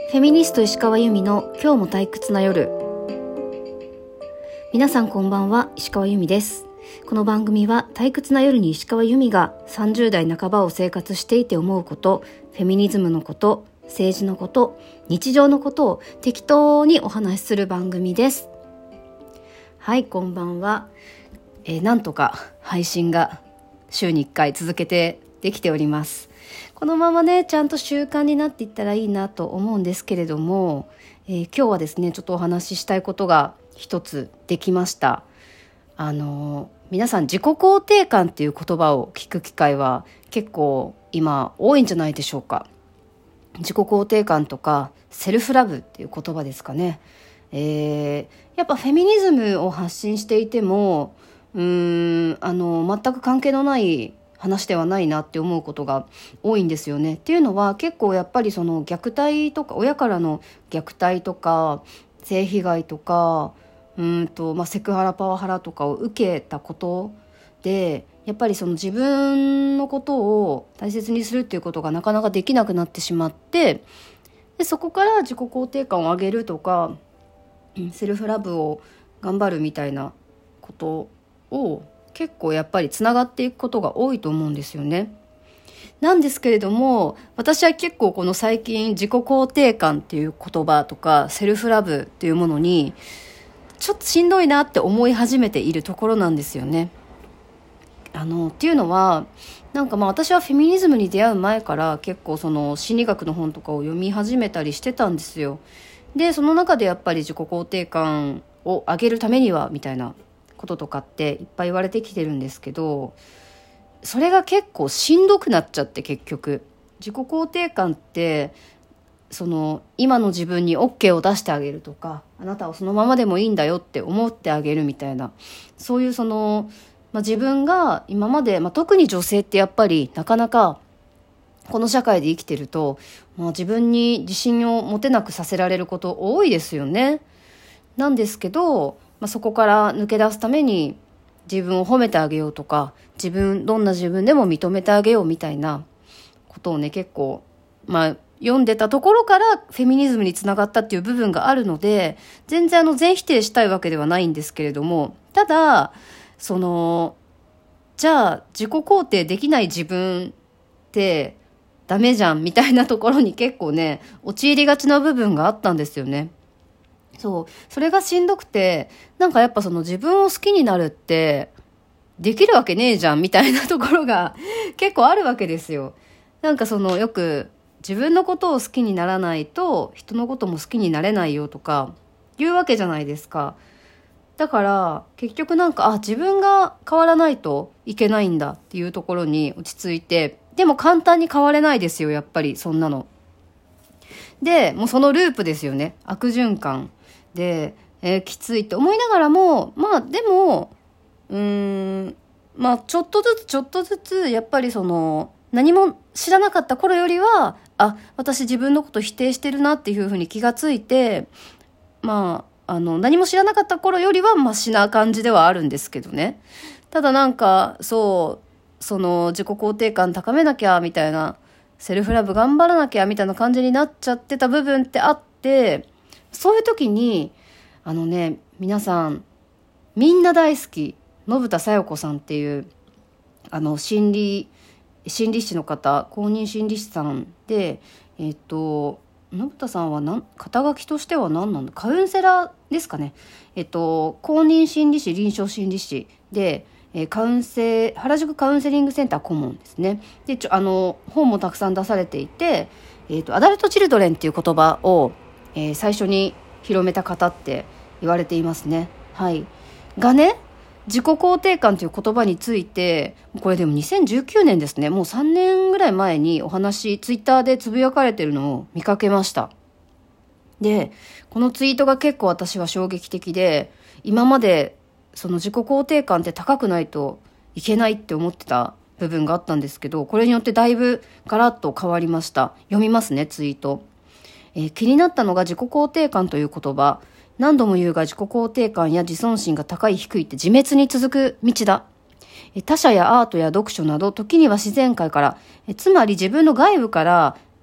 フェミニスト石川由美の今日も退屈な夜。皆さんこんばんは、石川由美です。この番組は退屈な夜に石川由美が30代半ばを生活していて思うこと、フェミニズムのこと、政治のこと、日常のことを適当にお話しする番組です。はい、こんばんは。なんとか配信が週に1回続けてできております。このままねちゃんと習慣になっていったらいいなと思うんですけれども、今日はですねちょっとお話ししたいことが一つできました。皆さん自己肯定感っていう言葉を聞く機会は結構今多いんじゃないでしょうか。自己肯定感とかセルフラブっていう言葉ですかね。やっぱフェミニズムを発信していても全く関係のない話ではないなって思うことが多いんですよね。っていうのは結構やっぱりその虐待とか親からの虐待とか性被害とかセクハラパワハラとかを受けたことでやっぱりその自分のことを大切にするっていうことがなかなかできなくなってしまって、でそこから自己肯定感を上げるとかセルフラブを頑張るみたいなことを結構やっぱりつながっていくことが多いと思うんですよね。なんですけれども私は結構この最近自己肯定感っていう言葉とかセルフラブっていうものにちょっとしんどいなって思い始めているところなんですよね。っていうのは私はフェミニズムに出会う前から結構その心理学の本とかを読み始めたりしてたんですよ。でその中でやっぱり自己肯定感を上げるためにはみたいなこととかっていっぱい言われてきてるんですけど、それが結構しんどくなっちゃって、結局自己肯定感ってその今の自分に OK を出してあげるとか、あなたはそのままでもいいんだよって思ってあげるみたいな、そういうその、自分が今まで、特に女性ってやっぱりなかなかこの社会で生きてると、自分に自信を持てなくさせられること多いですよね。なんですけどそこから抜け出すために自分を褒めてあげようとか、どんな自分でも認めてあげようみたいなことをね結構読んでたところからフェミニズムにつながったっていう部分があるので、全然全否定したいわけではないんですけれども、ただじゃあ自己肯定できない自分ってダメじゃんみたいなところに結構ね陥りがちな部分があったんですよね。それがしんどくて、やっぱその自分を好きになるってできるわけねえじゃんみたいなところが結構あるわけですよ。よく自分のことを好きにならないと人のことも好きになれないよとか言うわけじゃないですか。だから結局自分が変わらないといけないんだっていうところに落ち着いて、でも簡単に変われないですよ、やっぱりそんなので。もうそのループですよね、悪循環で、きついって思いながらもでもちょっとずつやっぱりその何も知らなかった頃よりは私自分のこと否定してるなっていう風に気がついて、何も知らなかった頃よりはマシな感じではあるんですけどね。ただその自己肯定感高めなきゃみたいな、セルフラブ頑張らなきゃみたいな感じになっちゃってた部分ってあって、そういう時に皆さんみんな大好き信田さよ子さんっていう心理師の方、公認心理師さんで、信田さんは肩書きとしては何なんだ、カウンセラーですかね。公認心理師、臨床心理師で、原宿カウンセリングセンター顧問ですね。で本もたくさん出されていて、アダルトチルドレンっていう言葉を、最初に広めた方って言われていますね。はいがね、自己肯定感という言葉について、これでも2019年ですね、もう3年ぐらい前にお話ツイッターでつぶやかれてるのを見かけました。でこのツイートが結構私は衝撃的で、今までその自己肯定感って高くないといけないって思ってた部分があったんですけど、これによってだいぶガラッと変わりました。読みますね、ツイート。気になったのが自己肯定感という言葉。何度も言うが自己肯定感や自尊心が高い低いって自滅に続く道だ。他者やアートや読書など時には自然界から、つまり自分の外部から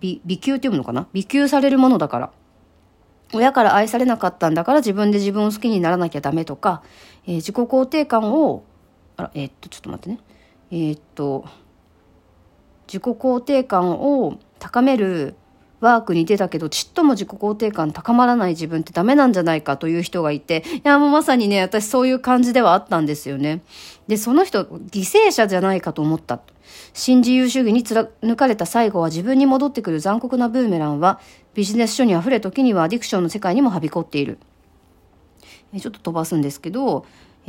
美給って読むのかな、美給されるものだから。親から愛されなかったんだから自分で自分を好きにならなきゃダメとか、自己肯定感を、ちょっと待ってね。自己肯定感を高めるワークに出たけど、ちっとも自己肯定感高まらない自分ってダメなんじゃないかという人がいて、いやもうまさにね、私そういう感じではあったんですよね。で、その人、犠牲者じゃないかと思った。新自由主義に貫かれた最後は自分に戻ってくる残酷なブーメランは、ビジネス書にあふれ時にはアディクションの世界にもはびこっている。ちょっと飛ばすんですけど、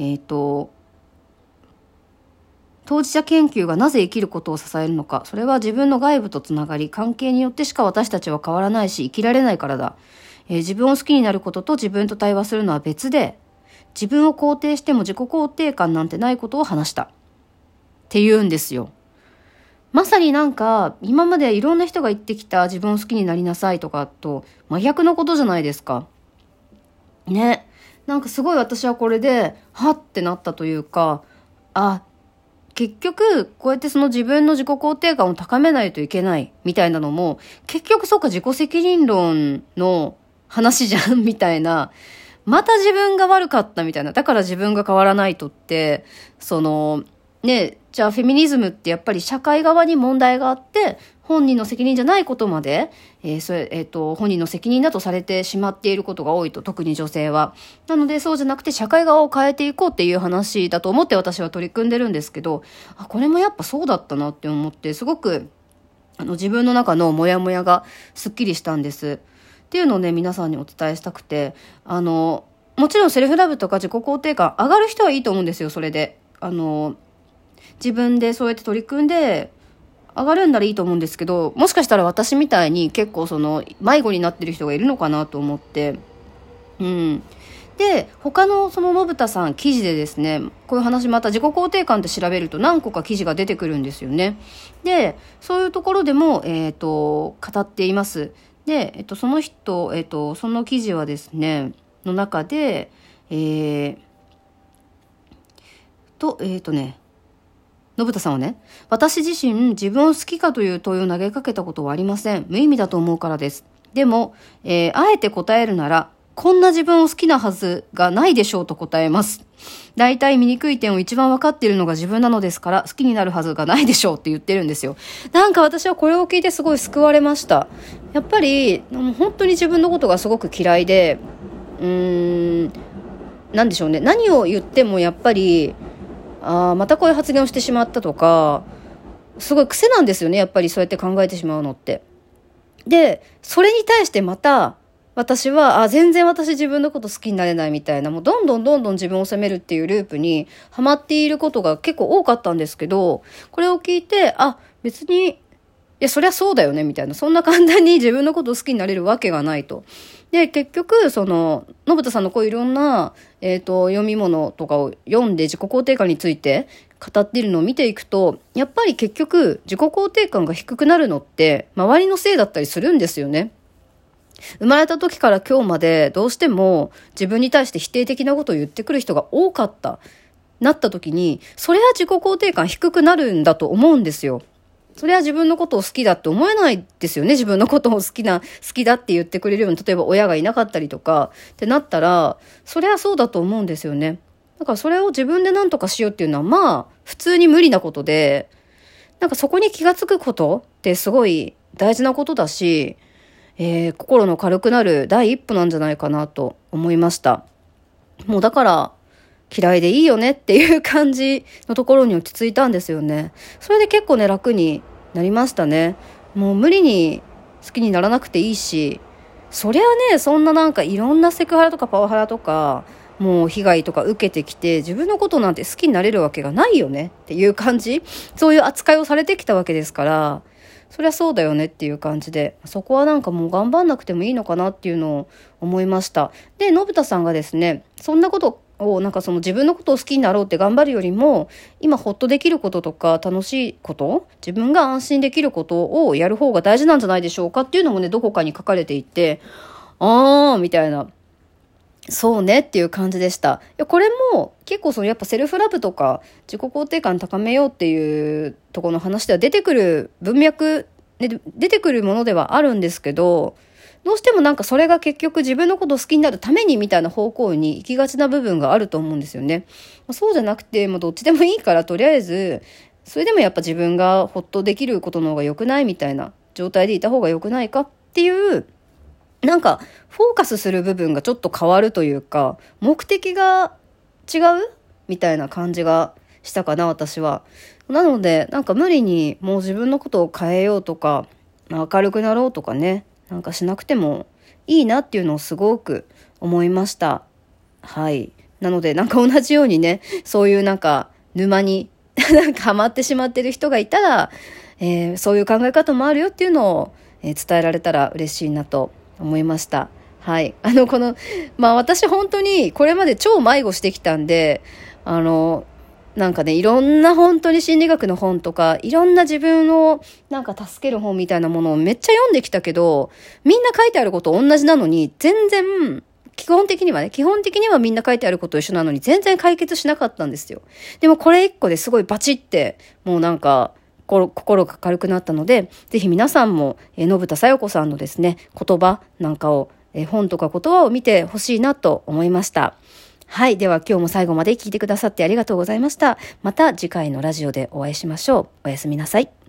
当事者研究がなぜ生きることを支えるのか。それは自分の外部とつながり、関係によってしか私たちは変わらないし、生きられないからだ。自分を好きになることと自分と対話するのは別で、自分を肯定しても自己肯定感なんてないことを話した。って言うんですよ。まさになんか、今までいろんな人が言ってきた自分を好きになりなさいとかと真逆のことじゃないですか。ね。なんかすごい私はこれで、はってなったというか、結局、こうやってその自分の自己肯定感を高めないといけないみたいなのも、結局そうか自己責任論の話じゃんみたいな、また自分が悪かったみたいな、だから自分が変わらないとって、じゃあフェミニズムってやっぱり社会側に問題があって、本人の責任じゃないことまで、本人の責任だとされてしまっていることが多いと、特に女性は。なのでそうじゃなくて社会側を変えていこうっていう話だと思って私は取り組んでるんですけど、これもやっぱそうだったなって思って、すごく自分の中のモヤモヤがすっきりしたんです。っていうのをね、皆さんにお伝えしたくて、もちろんセルフラブとか自己肯定感上がる人はいいと思うんですよ、それで。自分でそうやって取り組んで上がるんならいいと思うんですけど、もしかしたら私みたいに結構迷子になってる人がいるのかなと思って、で、他の信太さん記事でですね、こういう話また自己肯定感って調べると何個か記事が出てくるんですよね。で、そういうところでも、語っています。で、その人、その記事はですね、の中で、信太さんはね、私自身自分を好きかという問いを投げかけたことはありません。無意味だと思うからです。でも、あえて答えるなら、こんな自分を好きなはずがないでしょうと答えます。大体醜い点を一番分かっているのが自分なのですから、好きになるはずがないでしょうって言ってるんですよ。なんか私はこれを聞いてすごい救われました。やっぱり、本当に自分のことがすごく嫌いで、なんでしょうね。何を言ってもやっぱり、またこういう発言をしてしまったとか、すごい癖なんですよね。やっぱりそうやって考えてしまうのって。で、それに対してまた、私は、全然私自分のこと好きになれないみたいな、もうどんどん自分を責めるっていうループにハマっていることが結構多かったんですけど、これを聞いて、別に、いや、そりゃそうだよね、みたいな。そんな簡単に自分のことを好きになれるわけがないと。で、結局、信太さんのこういろんな、読み物とかを読んで自己肯定感について語っているのを見ていくと、やっぱり結局、自己肯定感が低くなるのって、周りのせいだったりするんですよね。生まれた時から今日までどうしても自分に対して否定的なことを言ってくる人が多かなった時に、それは自己肯定感低くなるんだと思うんですよ。それは自分のことを好きだって思えないですよね。自分のことを好きだって言ってくれるように、例えば親がいなかったりとかってなったら、それはそうだと思うんですよね。だからそれを自分で何とかしようっていうのは普通に無理なことで、なんかそこに気がつくことってすごい大事なことだし、心の軽くなる第一歩なんじゃないかなと思いました。もうだから嫌いでいいよねっていう感じのところに落ち着いたんですよね。それで結構ね、楽になりましたね。もう無理に好きにならなくていいし、そりゃね、そんななんかいろんなセクハラとかパワハラとかもう被害とか受けてきて、自分のことなんて好きになれるわけがないよねっていう感じ、そういう扱いをされてきたわけですから、そりゃそうだよねっていう感じで、そこはなんかもう頑張んなくてもいいのかなっていうのを思いました。で、信太さんがですね、そんなことをなんか自分のことを好きになろうって頑張るよりも、今ホッとできることとか楽しいこと、自分が安心できることをやる方が大事なんじゃないでしょうかっていうのもね、どこかに書かれていて、みたいな、そうねっていう感じでした。これも結構やっぱセルフラブとか自己肯定感高めようっていうところの話では出てくる文脈出てくるものではあるんですけど、どうしてもなんかそれが結局自分のことを好きになるためにみたいな方向に行きがちな部分があると思うんですよね。そうじゃなくて、どっちでもいいからとりあえず、それでもやっぱ自分がほっとできることの方が良くないみたいな状態でいた方が良くないかっていう、なんかフォーカスする部分がちょっと変わるというか、目的が違うみたいな感じがしたかな、私は。なのでなんか無理にもう自分のことを変えようとか、明るくなろうとかね、なんかしなくてもいいなっていうのをすごく思いました。はい。なのでなんか同じようにね、そういうなんか沼になんかハマってしまってる人がいたら、そういう考え方もあるよっていうのを、伝えられたら嬉しいなと思いました。はい。私本当にこれまで超迷子してきたんで、なんかね、いろんな本当に心理学の本とか、いろんな自分をなんか助ける本みたいなものをめっちゃ読んできたけど、みんな書いてあること同じなのに、全然、基本的にはみんな書いてあること一緒なのに全然解決しなかったんですよ。でもこれ一個ですごいバチって、もうなんか、心が軽くなったので、ぜひ皆さんも、信田さよ子さんのですね、言葉なんかを、本とか言葉を見てほしいなと思いました。はい。では今日も最後まで聞いてくださってありがとうございました。また次回のラジオでお会いしましょう。おやすみなさい。